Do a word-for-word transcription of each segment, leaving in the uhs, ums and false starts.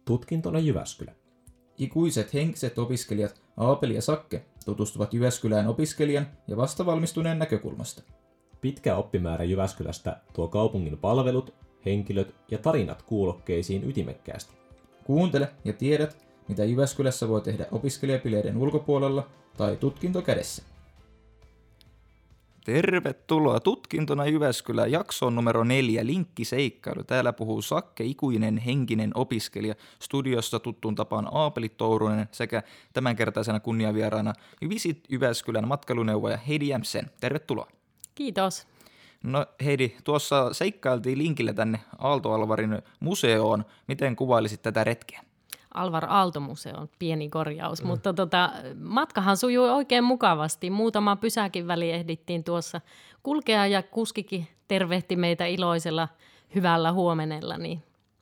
tutkintona Jyväskylä. Ikuiset henkiset opiskelijat Aapeli ja Sakke tutustuvat Jyväskylään opiskelijan ja vastavalmistuneen näkökulmasta. Pitkä oppimäärä Jyväskylästä tuo kaupungin palvelut, henkilöt ja tarinat kuulokkeisiin ytimekkäästi. Kuuntele ja tiedät, mitä Jyväskylässä voi tehdä opiskelijapileiden ulkopuolella tai tutkinto kädessä. Tervetuloa tutkintona Jyväskylä jaksoon numero neljä, linkkiseikkailu. Täällä puhuu Sakke, ikuinen henkinen opiskelija, studiossa tuttuun tapaan Aapeli Tourunen sekä tämänkertaisena kunniavieraana Visit Jyväskylän matkailuneuvoja Heidi Jämsen. Tervetuloa. Kiitos. No Heidi, tuossa seikkailtiin linkillä tänne Aalto-Alvarin museoon. Miten kuvailisit tätä retkeä? Alvar Aalto-museon pieni korjaus, mm. mutta tota, matkahan sujui oikein mukavasti. Muutama pysäkin väli ehdittiin tuossa kulkea ja kuskikin tervehti meitä iloisella hyvällä huomenella, niin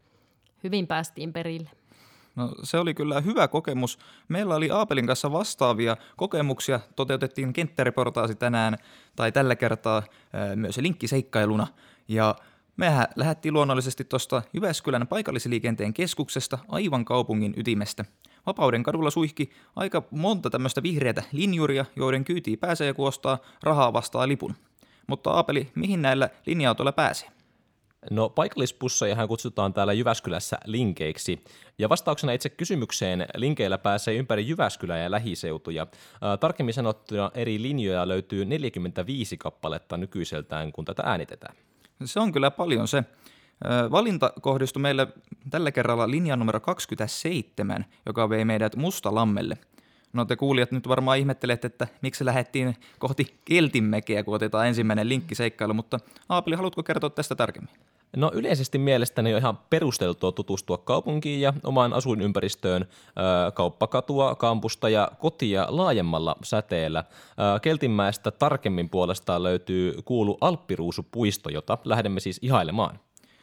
hyvin päästiin perille. No se oli kyllä hyvä kokemus. Meillä oli Aapelin kanssa vastaavia kokemuksia. Toteutettiin kenttäreportaasi tänään tai tällä kertaa myös linkkiseikkailuna ja mehän lähdettiin luonnollisesti tuosta Jyväskylän paikallisliikenteen keskuksesta aivan kaupungin ytimestä. Vapauden kadulla suihki aika monta tämmöistä vihreätä linjuria, joiden kyytiin pääsee ja kuostaa rahaa vastaan lipun. Mutta Aapeli, mihin näillä linja-autoilla pääsee? No paikallispussejahan kutsutaan täällä Jyväskylässä linkeiksi. Ja vastauksena itse kysymykseen linkeillä pääsee ympäri Jyväskylää ja lähiseutuja. Ää, tarkemmin sanottuna eri linjoja löytyy neljäkymmentäviisi kappaletta nykyiseltään, kun tätä äänitetään. Se on kyllä paljon se. Valinta kohdistui meille tällä kerralla linjan numero kaksikymmentäseitsemän, joka vei meidät Mustalammelle. No te kuulijat nyt varmaan ihmettelette, että miksi lähdettiin kohti Keltinmäkeä, kun otetaan ensimmäinen linkkiseikkailu, mutta Aapeli, haluatko kertoa tästä tarkemmin? No yleisesti mielestäni on ihan perusteltua tutustua kaupunkiin ja omaan asuinympäristöön, ää, kauppakatua, kampusta ja kotia laajemmalla säteellä. Ää, Keltinmäestä tarkemmin puolestaan löytyy kuulu Alppiruusupuisto, jota lähdemme siis ihailemaan.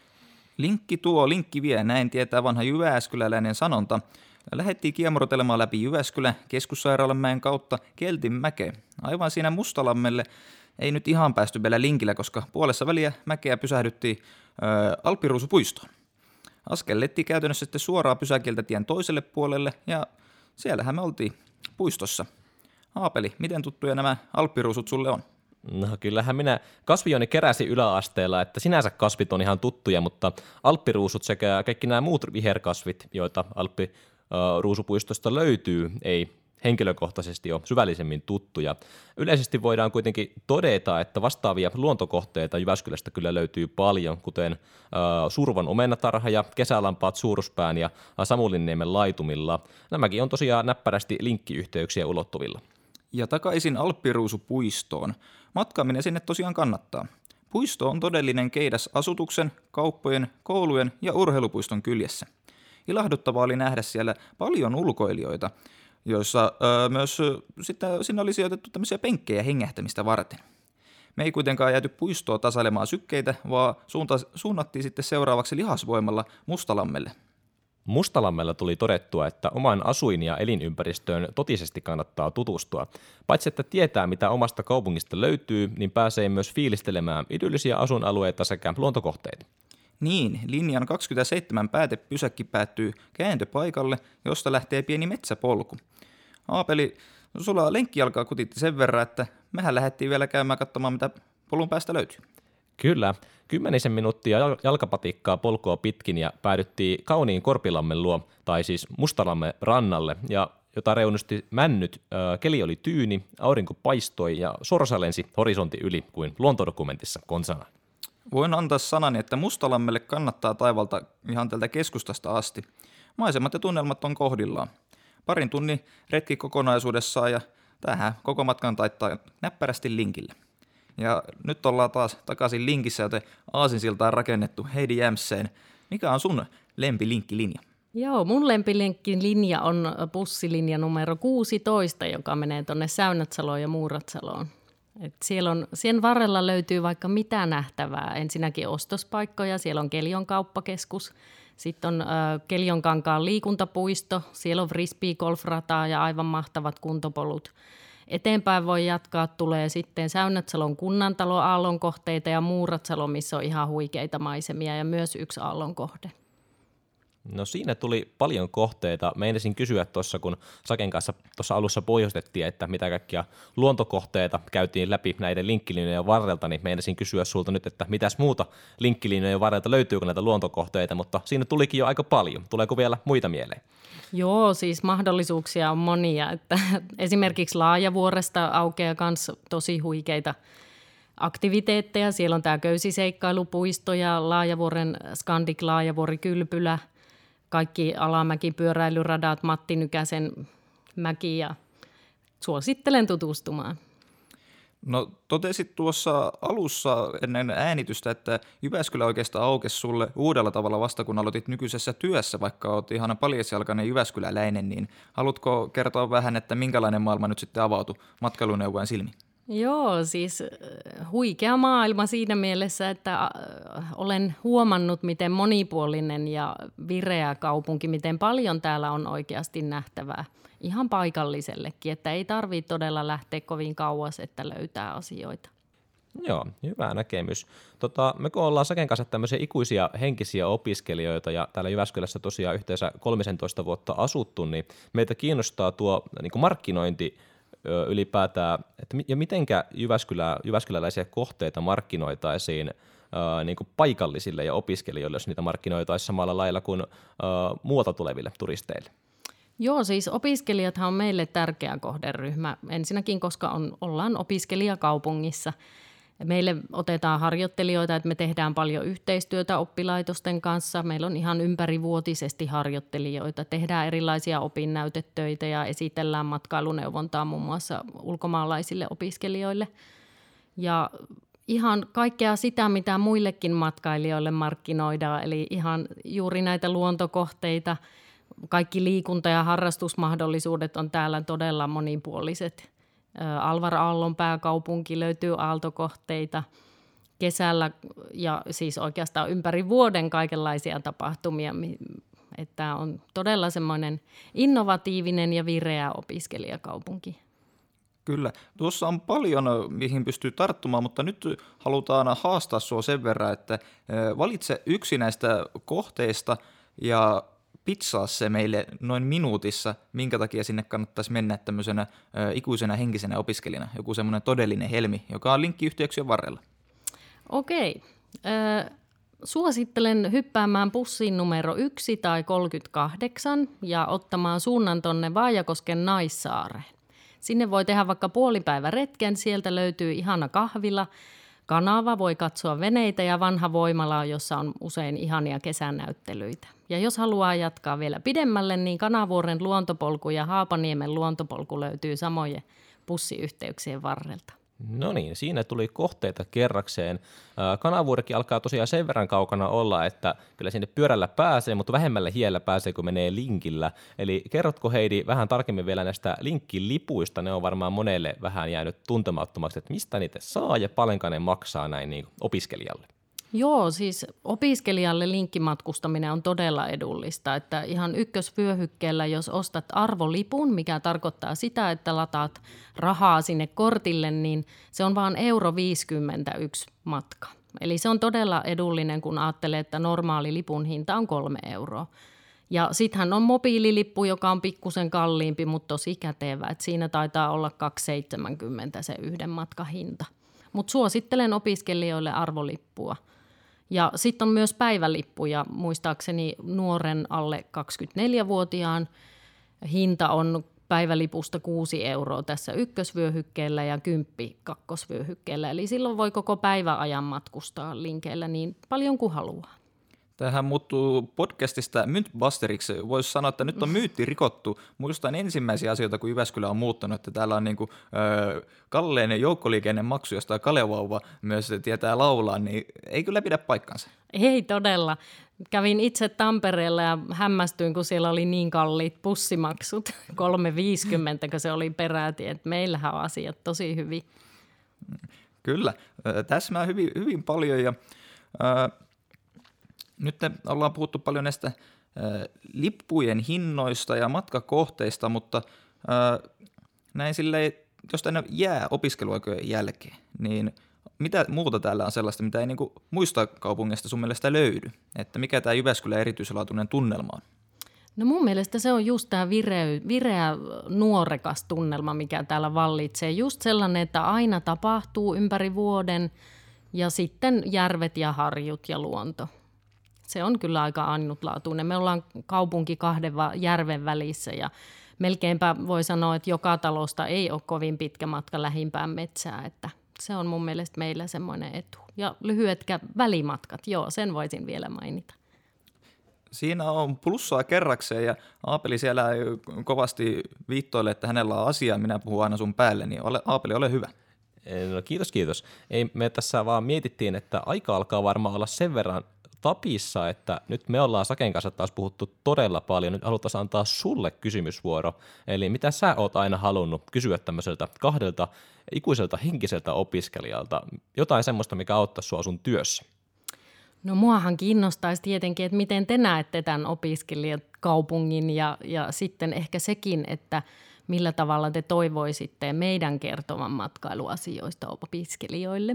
Linkki tuo, linkki vie, näin tietää vanha jyväskyläläinen sanonta. Lähdettiin kiemurtelemaan läpi Jyväskylän keskussairaalamäen kautta Keltinmäkeen. Aivan siinä Mustalammelle ei nyt ihan päästy vielä linkillä, koska puolessa väliä mäkeä pysähdyttiin ö, Alppiruusupuistoon. Askellettiin käytännössä sitten suoraan pysäkiltä tien toiselle puolelle ja siellähän me oltiin puistossa. Aapeli, miten tuttuja nämä alppiruusut sulle on? No kyllähän minä kasvioni keräsin yläasteella, että sinänsä kasvit on ihan tuttuja, mutta alppiruusut sekä kaikki nämä muut viherkasvit, joita Alppiruusupuistosta löytyy, ei henkilökohtaisesti ole syvällisemmin tuttuja. Yleisesti voidaan kuitenkin todeta, että vastaavia luontokohteita Jyväskylästä kyllä löytyy paljon, kuten uh, Survon omenatarha ja kesälampaat Suuruspään ja Samulinniemen laitumilla. Nämäkin on tosiaan näppärästi linkkiyhteyksiä ulottuvilla. Ja takaisin Alppiruusupuistoon. Matkaaminen sinne tosiaan kannattaa. Puisto on todellinen keidas asutuksen, kauppojen, koulujen ja urheilupuiston kyljessä. Ilahduttavaa oli nähdä siellä paljon ulkoilijoita, joissa öö, myös sitten, sinne oli sijoitettu tämmöisiä penkkejä hengähtämistä varten. Me ei kuitenkaan jääty puistoa tasailemaan sykkeitä, vaan suunta, suunnattiin sitten seuraavaksi lihasvoimalla Mustalammelle. Mustalammella tuli todettua, että oman asuin- ja elinympäristöön totisesti kannattaa tutustua. Paitsi että tietää, mitä omasta kaupungista löytyy, niin pääsee myös fiilistelemään idyllisiä asuinalueita sekä luontokohteita. Niin, linjan kaksikymmentäseitsemän päätepysäkki päättyy kääntöpaikalle, josta lähtee pieni metsäpolku. Aapeli, sulla lenkkijalkaa kutitti sen verran, että mehän lähdettiin vielä käymään katsomaan, mitä polun päästä löytyy. Kyllä, kymmenisen minuuttia jalkapatikkaa polkua pitkin ja päädyttiin kauniin Korpilammen luo, tai siis Mustalammen rannalle, ja jota reunusti männyt, ää, keli oli tyyni, aurinko paistoi ja sorsa lensi horisontin yli kuin luontodokumentissa konsana. Voin antaa sanani, että Mustalammelle kannattaa taivalta ihan tältä keskustasta asti. Maisemat ja tunnelmat on kohdillaan. Parin tunnin retki kokonaisuudessaan ja tähän koko matkan taittaa näppärästi linkillä. Ja nyt ollaan taas takaisin linkissä, joten aasinsiltaan rakennettu Heidi Jämseen. Mikä on sun lempilinkkilinja? Joo, mun lempilinkin linja on bussilinja numero kuusitoista, joka menee tuonne Säynätsaloon ja Muuratsaloon. Et siellä on, sen varrella löytyy vaikka mitä nähtävää. Ensinnäkin ostospaikkoja, siellä on Kelion kauppakeskus, sitten on ö, Kelionkankaan liikuntapuisto, siellä on frisbee-golfrataa ja aivan mahtavat kuntopolut. Eteenpäin voi jatkaa, tulee sitten Säynätsalon kunnantalo aallonkohteita ja Muuratsalo, missä on ihan huikeita maisemia ja myös yksi aallonkohde. No siinä tuli paljon kohteita. Meinasin kysyä tuossa, kun Saken kanssa tuossa alussa pohjustettiin, että mitä kaikkia luontokohteita käytiin läpi näiden linkkilinjojen varrelta, niin meinasin kysyä sulta nyt, että mitäs muuta linkkilinjojen varrelta löytyykö näitä luontokohteita, mutta siinä tulikin jo aika paljon. Tuleeko vielä muita mieleen? Joo, siis mahdollisuuksia on monia. Että esimerkiksi Laajavuoresta aukeaa myös tosi huikeita aktiviteetteja. Siellä on tämä köysiseikkailupuisto ja Laajavuoren Scandic Laajavuori-kylpylä, kaikki alamäkipyöräilyradat, Matti Nykäsen mäki ja suosittelen tutustumaan. No totesit tuossa alussa ennen äänitystä, että Jyväskylä oikeastaan aukesi sulle uudella tavalla vasta kun aloitit nykyisessä työssä, vaikka olet ihana paljasjalkainen jyväskyläläinen, niin haluatko kertoa vähän, että minkälainen maailma nyt sitten avautui matkailuneuvojen silmiin? Joo, siis huikea maailma siinä mielessä, että olen huomannut, miten monipuolinen ja vireä kaupunki, miten paljon täällä on oikeasti nähtävää ihan paikallisellekin, että ei tarvitse todella lähteä kovin kauas, että löytää asioita. Joo, hyvä näkemys. Tota, me kun ollaan Saken kanssa tämmöisiä ikuisia henkisiä opiskelijoita ja täällä Jyväskylässä tosiaan yhteensä kolmetoista vuotta asuttu, niin meitä kiinnostaa tuo niin kuin markkinointi ylipäätään, että ja mitenkä Jyväskylä, jyväskyläläisiä kohteita markkinoitaisiin ää, niin kuin paikallisille ja opiskelijoille, jos niitä markkinoitaisiin samalla lailla kuin ää, muualta tuleville turisteille? Joo, siis opiskelijathan on meille tärkeä kohderyhmä. Ensinnäkin, koska on, ollaan opiskelijakaupungissa. Meille otetaan harjoittelijoita, että me tehdään paljon yhteistyötä oppilaitosten kanssa. Meillä on ihan ympärivuotisesti harjoittelijoita. Tehdään erilaisia opinnäytetöitä ja esitellään matkailuneuvontaa muun muassa ulkomaalaisille opiskelijoille. Ja ihan kaikkea sitä, mitä muillekin matkailijoille markkinoidaan, eli ihan juuri näitä luontokohteita. Kaikki liikunta- ja harrastusmahdollisuudet on täällä todella monipuoliset. Alvar Aallon pääkaupunki löytyy aaltokohteita kesällä ja siis oikeastaan ympäri vuoden kaikenlaisia tapahtumia, että on todella semmoinen innovatiivinen ja vireä opiskelijakaupunki. Kyllä. Tuossa on paljon, mihin pystyy tarttumaan, mutta nyt halutaan haastaa sinua sen verran, että valitse yksi näistä kohteista ja pitsaa se meille noin minuutissa, minkä takia sinne kannattaisi mennä tämmöisenä ö, ikuisena henkisenä opiskelijana, joku semmoinen todellinen helmi, joka on linkkiyhteyksien varrella. Okei. Ö, suosittelen hyppäämään bussiin numero yksi tai kolmekymmentäkahdeksan ja ottamaan suunnan tonne Vaajakosken Naissaareen. Sinne voi tehdä vaikka puolipäiväretken, sieltä löytyy ihana kahvila, kanava, voi katsoa veneitä ja vanha voimala, jossa on usein ihania kesänäyttelyitä. Ja jos haluaa jatkaa vielä pidemmälle, niin Kanavuoren luontopolku ja Haapaniemen luontopolku löytyy samojen bussiyhteyksien varrelta. No niin, siinä tuli kohteita kerrakseen. Kanavuorikin alkaa tosiaan sen verran kaukana olla, että kyllä sinne pyörällä pääsee, mutta vähemmällä hiellä pääsee, kun menee linkillä. Eli kerrotko Heidi vähän tarkemmin vielä näistä linkkilipuista? Ne on varmaan monelle vähän jäänyt tuntemattomaksi, että mistä niitä saa ja paljonko ne maksaa näin niin opiskelijalle? Joo, siis opiskelijalle linkkimatkustaminen on todella edullista, että ihan ykkösvyöhykkeellä, jos ostat arvolipun, mikä tarkoittaa sitä, että lataat rahaa sinne kortille, niin se on vaan euro viisikymmentä yksi matka. Eli se on todella edullinen, kun ajattelee, että normaali lipun hinta on kolme euroa. Ja sittenhän on mobiililippu, joka on pikkusen kalliimpi, mutta tosi kätevä, että siinä taitaa olla kaksi seitsemänkymmentä se yhden matkan hinta. Mutta suosittelen opiskelijoille arvolippua. Ja sitten on myös päivälippuja, muistaakseni nuoren alle kaksikymmentäneljävuotiaan hinta on päivälipusta kuusi euroa tässä ykkösvyöhykkeellä ja kymppi kakkosvyöhykkeellä. Eli silloin voi koko päiväajan matkustaa linkeillä niin paljon kuin haluaa. Tämähän muuttuu podcastista Mythbusteriksi. Voisi sanoa, että nyt on myytti rikottu. Muistan ensimmäisiä asioita, kun Jyväskylä on muuttanut, että täällä on niinku, ö, kalleinen joukkoliikennemaksu, josta Kalevauva myös tietää laulaa, niin ei kyllä pidä paikkansa. Ei todella. Kävin itse Tampereella ja hämmästyin, kun siellä oli niin kalliit bussimaksut, kolme viisikymmentä, kun se oli peräti, että meillähän on asiat tosi hyvin. Kyllä, täsmää hyvin, hyvin paljon ja ö, nyt ollaan puhuttu paljon näistä äh, lippujen hinnoista ja matkakohteista, mutta äh, näin silleen, jos tänne jää opiskeluaikojen jälkeen, niin mitä muuta täällä on sellaista, mitä ei niin kuin muista kaupungeista sun mielestä löydy? Että mikä tämä Jyväskylän erityislaatuinen tunnelma on? No mun mielestä se on just tämä vireä, vireä nuorekas tunnelma, mikä täällä vallitsee. Just sellainen, että aina tapahtuu ympäri vuoden ja sitten järvet ja harjut ja luonto. Se on kyllä aika ainutlaatuinen. Me ollaan kaupunki kahden järven välissä ja melkeinpä voi sanoa, että joka talosta ei ole kovin pitkä matka lähimpään metsää, että se on mun mielestä meillä semmoinen etu. Ja lyhyetkä välimatkat, joo, sen voisin vielä mainita. Siinä on plussaa kerrakseen ja Aapeli siellä kovasti viittoilee, että hänellä on asiaa, minä puhun aina sun päälle, niin ole, Aapeli, ole hyvä. No, kiitos, kiitos. Ei, me tässä vaan mietittiin, että aika alkaa varmaan olla sen verran tapissa, että nyt me ollaan Saken kanssa taas puhuttu todella paljon. Nyt haluttaisiin antaa sulle kysymysvuoro. Eli mitä sä oot aina halunnut kysyä tämmöiseltä kahdelta ikuiselta henkiseltä opiskelijalta? Jotain semmoista, mikä auttaa sua sun työssä. No muahan kiinnostaisi tietenkin, että miten te näette tämän opiskelijakaupungin ja, ja sitten ehkä sekin, että millä tavalla te toivoisitte meidän kertovan matkailuasioista opiskelijoille.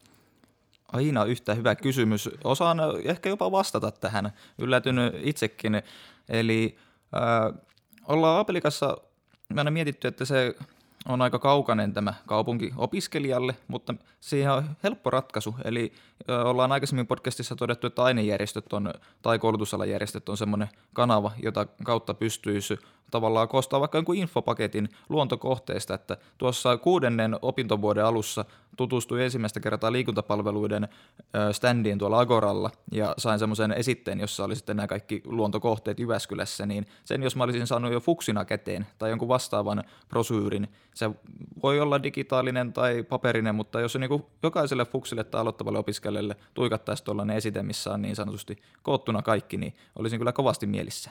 Aina yhtä hyvä kysymys. Osaan ehkä jopa vastata tähän. Yllätynyt itsekin. Eli äh, ollaan Aapelikassa aina mietitty, että se on aika kaukainen tämä kaupunki opiskelijalle, mutta siihen on helppo ratkaisu. Eli äh, ollaan aikaisemmin podcastissa todettu, että ainejärjestöt on, tai koulutusalan järjestöt on semmoinen kanava, jota kautta pystyisi tavallaan koostaa vaikka jonkun infopaketin luontokohteesta, että tuossa kuudennen opintovuoden alussa tutustuin ensimmäistä kertaa liikuntapalveluiden standiin tuolla Agoralla ja sain semmoisen esitteen, jossa oli sitten nämä kaikki luontokohteet Jyväskylässä, niin sen jos mä olisin saanut jo fuksina käteen tai jonkun vastaavan brosyyrin, se voi olla digitaalinen tai paperinen, mutta jos se niin kuin jokaiselle fuksille tai aloittavalle opiskelijalle tuikattaisi tuollainen esite, missä on niin sanotusti koottuna kaikki, niin olisin kyllä kovasti mielissä.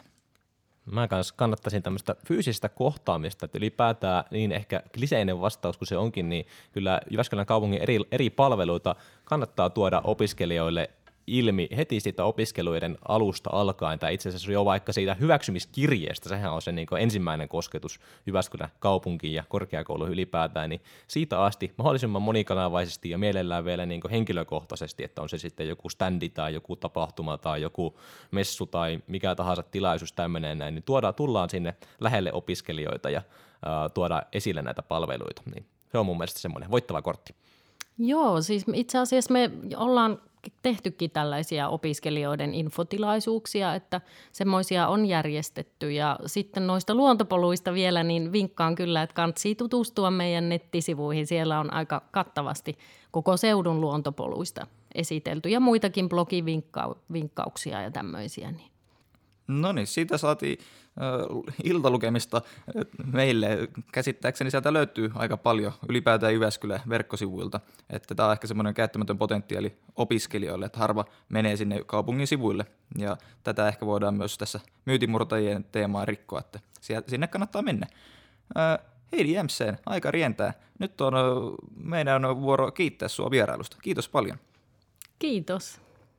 Mä kanssa kannattaisin tämmöistä fyysistä kohtaamista, että ylipäätään niin ehkä kliseinen vastaus kuin se onkin, niin kyllä Jyväskylän kaupungin eri, eri palveluita kannattaa tuoda opiskelijoille ilmi heti siitä opiskeluiden alusta alkaen, tai itse asiassa jo vaikka siitä hyväksymiskirjeestä, sehän on se niin kuin ensimmäinen kosketus Jyväskylän kaupunkiin ja korkeakouluihin ylipäätään, niin siitä asti mahdollisimman monikanavaisesti ja mielellään vielä niin kuin henkilökohtaisesti, että on se sitten joku standi tai joku tapahtuma tai joku messu tai mikä tahansa tilaisuus tämmöinen näin, niin tuodaan, tullaan sinne lähelle opiskelijoita ja uh, tuoda esille näitä palveluita, niin se on mun mielestä semmoinen voittava kortti. Joo, siis itse asiassa me ollaan tehtykin tällaisia opiskelijoiden infotilaisuuksia, että semmoisia on järjestetty. Ja sitten noista luontopoluista vielä, niin vinkkaan kyllä, että kannattaa tutustua meidän nettisivuihin. Siellä on aika kattavasti koko seudun luontopoluista esitelty ja muitakin blogivinkkauksia ja tämmöisiä. Niin. No niin, siitä saatiin äh, iltalukemista meille. Käsittääkseni sieltä löytyy aika paljon ylipäätään Jyväskylän verkkosivuilta, että tämä on ehkä semmoinen käyttämätön potentiaali opiskelijoille, että harva menee sinne kaupungin sivuille. Ja tätä ehkä voidaan myös tässä myytinmurtajien teemaa rikkoa, että sinne kannattaa mennä. Äh, Heidi Jämseen, aika rientää. Nyt on äh, meidän vuoro kiittää sua vierailusta. Kiitos paljon. Kiitos.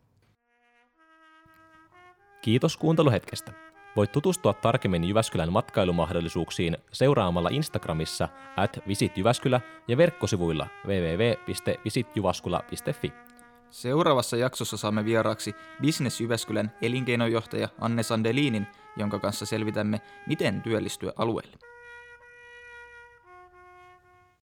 Kiitos kuunteluhetkestä. Voit tutustua tarkemmin Jyväskylän matkailumahdollisuuksiin seuraamalla Instagramissa at visitjyväskylä ja verkkosivuilla double-u double-u double-u piste visitjyväskylä piste fi. Seuraavassa jaksossa saamme vieraaksi Business Jyväskylän elinkeinojohtaja Anne Sandelinin, jonka kanssa selvitämme, miten työllistyä alueelle.